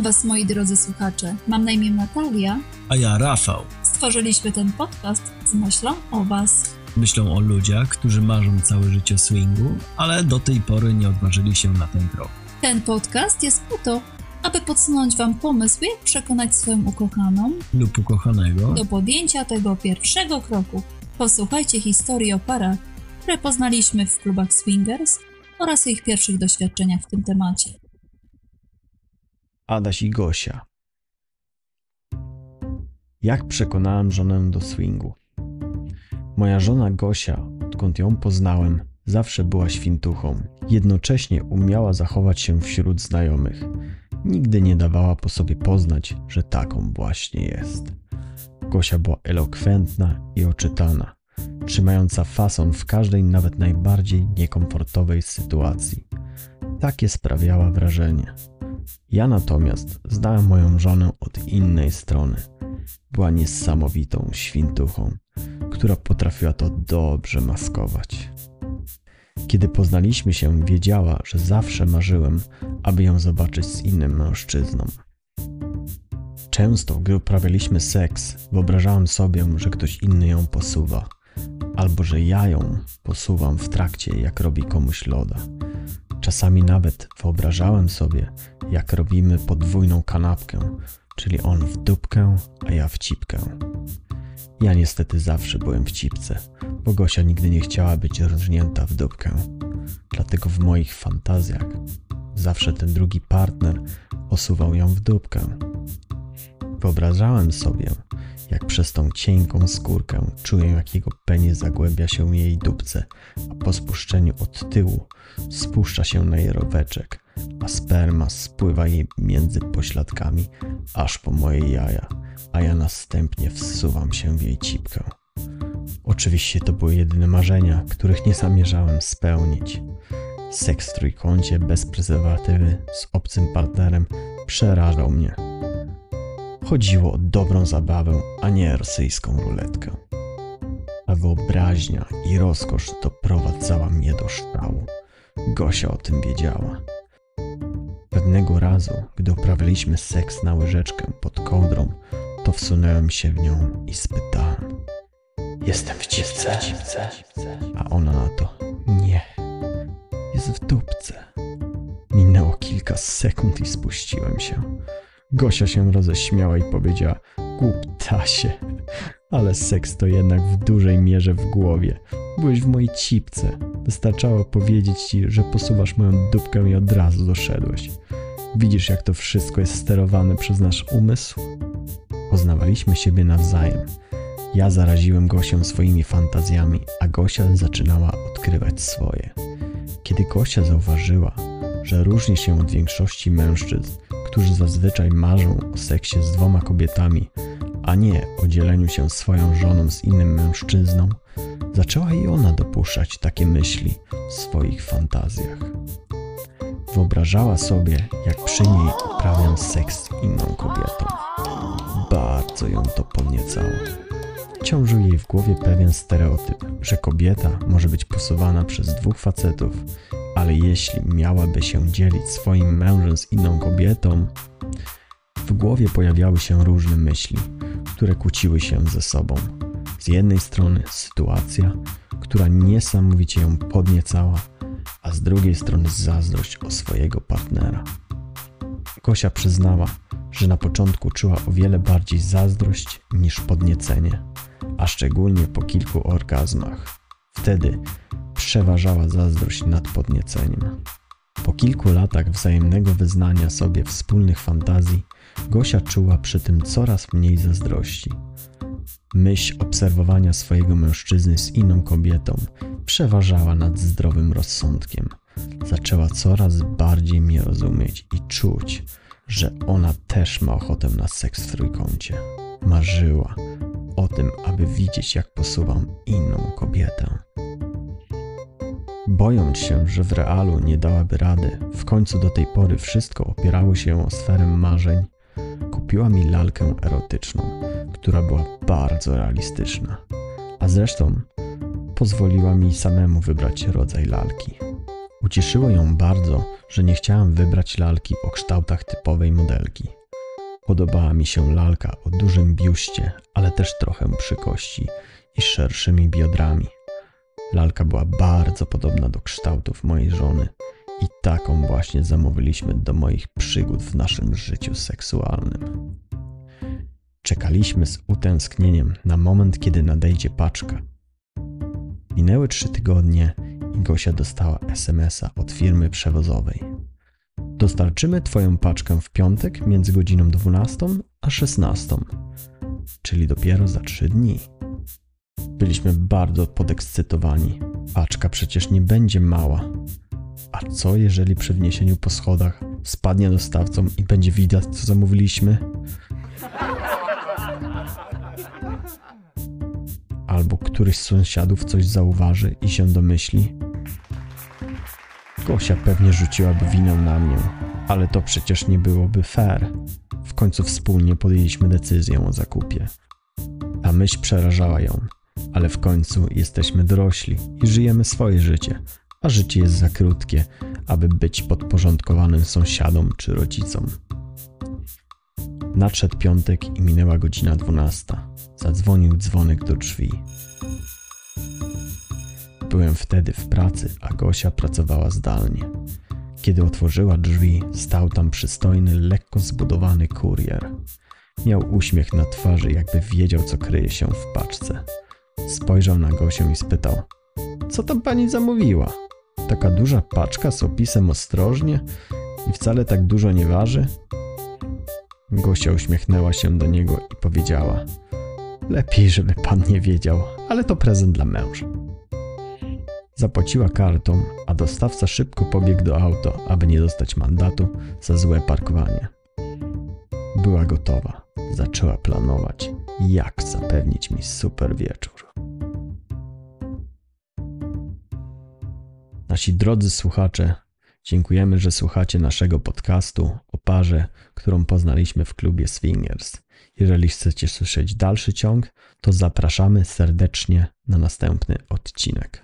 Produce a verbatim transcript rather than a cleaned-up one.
Was, moi drodzy słuchacze. Mam na imię Natalia. A ja Rafał. Stworzyliśmy ten podcast z myślą o Was. Myślą o ludziach, którzy marzą całe życie o swingu, ale do tej pory nie odważyli się na ten krok. Ten podcast jest po to, aby podsunąć Wam pomysł, jak przekonać swoją ukochaną lub ukochanego do podjęcia tego pierwszego kroku. Posłuchajcie historii o parach, które poznaliśmy w klubach swingers oraz ich pierwszych doświadczeniach w tym temacie. Adaś i Gosia. Jak przekonałem żonę do swingu? Moja żona Gosia, odkąd ją poznałem, zawsze była świntuchą. Jednocześnie umiała zachować się wśród znajomych. Nigdy nie dawała po sobie poznać, że taką właśnie jest. Gosia była elokwentna i oczytana, trzymająca fason w każdej, nawet najbardziej niekomfortowej sytuacji. Takie sprawiała wrażenie. Ja natomiast znałem moją żonę od innej strony. Była niesamowitą świntuchą, która potrafiła to dobrze maskować. Kiedy poznaliśmy się, wiedziała, że zawsze marzyłem, aby ją zobaczyć z innym mężczyzną. Często, gdy uprawialiśmy seks, wyobrażałem sobie, że ktoś inny ją posuwa, albo że ja ją posuwam w trakcie, jak robi komuś loda. Czasami nawet wyobrażałem sobie, jak robimy podwójną kanapkę, czyli on w dupkę, a ja w cipkę. Ja niestety zawsze byłem w cipce, bo Gosia nigdy nie chciała być rżnięta w dupkę. Dlatego w moich fantazjach zawsze ten drugi partner posuwał ją w dupkę. Wyobrażałem sobie, jak przez tą cienką skórkę czuję, jak jego penis zagłębia się jej dupce, a po spuszczeniu od tyłu spuszcza się na jej roweczek, a sperma spływa jej między pośladkami aż po moje jaja, a ja następnie wsuwam się w jej cipkę. Oczywiście to były jedyne marzenia, których nie zamierzałem spełnić. Seks w trójkącie bez prezerwatywy z obcym partnerem przerażał mnie. Chodziło o dobrą zabawę, a nie rosyjską ruletkę. A wyobraźnia i rozkosz doprowadzała mnie do szału. Gosia o tym wiedziała. Pewnego razu, gdy uprawialiśmy seks na łyżeczkę pod kołdrą, to wsunąłem się w nią i spytałem: jestem w cipce? A ona na to: nie, jest w dupce. Minęło kilka sekund i spuściłem się. Gosia się roześmiała i powiedziała: głuptasie, ale seks to jednak w dużej mierze w głowie. Byłeś w mojej cipce. Wystarczało powiedzieć ci, że posuwasz moją dupkę i od razu doszedłeś. Widzisz, jak to wszystko jest sterowane przez nasz umysł? Poznawaliśmy siebie nawzajem. Ja zaraziłem Gosię swoimi fantazjami, a Gosia zaczynała odkrywać swoje. Kiedy Gosia zauważyła, że różni się od większości mężczyzn, którzy zazwyczaj marzą o seksie z dwoma kobietami, a nie o dzieleniu się swoją żoną z innym mężczyzną, zaczęła i ona dopuszczać takie myśli w swoich fantazjach. Wyobrażała sobie, jak przy niej uprawiam seks z inną kobietą. Bardzo ją to podniecało. Ciążył jej w głowie pewien stereotyp, że kobieta może być posuwana przez dwóch facetów, ale jeśli miałaby się dzielić swoim mężem z inną kobietą, w głowie pojawiały się różne myśli, które kłóciły się ze sobą. Z jednej strony sytuacja, która niesamowicie ją podniecała, a z drugiej strony zazdrość o swojego partnera. Gosia przyznała, że na początku czuła o wiele bardziej zazdrość niż podniecenie, a szczególnie po kilku orgazmach. Wtedy przeważała zazdrość nad podnieceniem. Po kilku latach wzajemnego wyznania sobie wspólnych fantazji, Gosia czuła przy tym coraz mniej zazdrości. Myśl obserwowania swojego mężczyzny z inną kobietą przeważała nad zdrowym rozsądkiem. Zaczęła coraz bardziej mnie rozumieć i czuć, że ona też ma ochotę na seks w trójkącie. Marzyła o tym, aby widzieć, jak posuwam inną kobietę. Bojąc się, że w realu nie dałaby rady, w końcu do tej pory wszystko opierało się o sferę marzeń, kupiła mi lalkę erotyczną, która była bardzo realistyczna. A zresztą pozwoliła mi samemu wybrać rodzaj lalki. Ucieszyło ją bardzo, że nie chciałam wybrać lalki o kształtach typowej modelki. Podobała mi się lalka o dużym biuście, ale też trochę przykości i szerszymi biodrami. Lalka była bardzo podobna do kształtów mojej żony i taką właśnie zamówiliśmy do moich przygód w naszym życiu seksualnym. Czekaliśmy z utęsknieniem na moment, kiedy nadejdzie paczka. Minęły trzy tygodnie i Gosia dostała es em es a od firmy przewozowej. Dostarczymy twoją paczkę w piątek między godziną dwunastą a szesnastą, czyli dopiero za trzy dni. Byliśmy bardzo podekscytowani. Paczka przecież nie będzie mała. A co jeżeli przy wniesieniu po schodach spadnie dostawcom i będzie widać, co zamówiliśmy? Albo któryś z sąsiadów coś zauważy i się domyśli? Gosia pewnie rzuciłaby winę na mnie, ale to przecież nie byłoby fair. W końcu wspólnie podjęliśmy decyzję o zakupie. Ta myśl przerażała ją, ale w końcu jesteśmy dorośli i żyjemy swoje życie, a życie jest za krótkie, aby być podporządkowanym sąsiadom czy rodzicom. Nadszedł piątek i minęła godzina dwunasta. Zadzwonił dzwonek do drzwi. Byłem wtedy w pracy, a Gosia pracowała zdalnie. Kiedy otworzyła drzwi, stał tam przystojny, lekko zbudowany kurier. Miał uśmiech na twarzy, jakby wiedział, co kryje się w paczce. Spojrzał na Gosię i spytał: co tam pani zamówiła? Taka duża paczka z opisem ostrożnie i wcale tak dużo nie waży? Gosia uśmiechnęła się do niego i powiedziała: lepiej, żeby pan nie wiedział, ale to prezent dla męża. Zapłaciła kartą, a dostawca szybko pobiegł do auta, aby nie dostać mandatu za złe parkowanie. Była gotowa. Zaczęła planować, jak zapewnić mi super wieczór. Nasi drodzy słuchacze, dziękujemy, że słuchacie naszego podcastu o parze, którą poznaliśmy w klubie Swingers. Jeżeli chcecie słyszeć dalszy ciąg, to zapraszamy serdecznie na następny odcinek.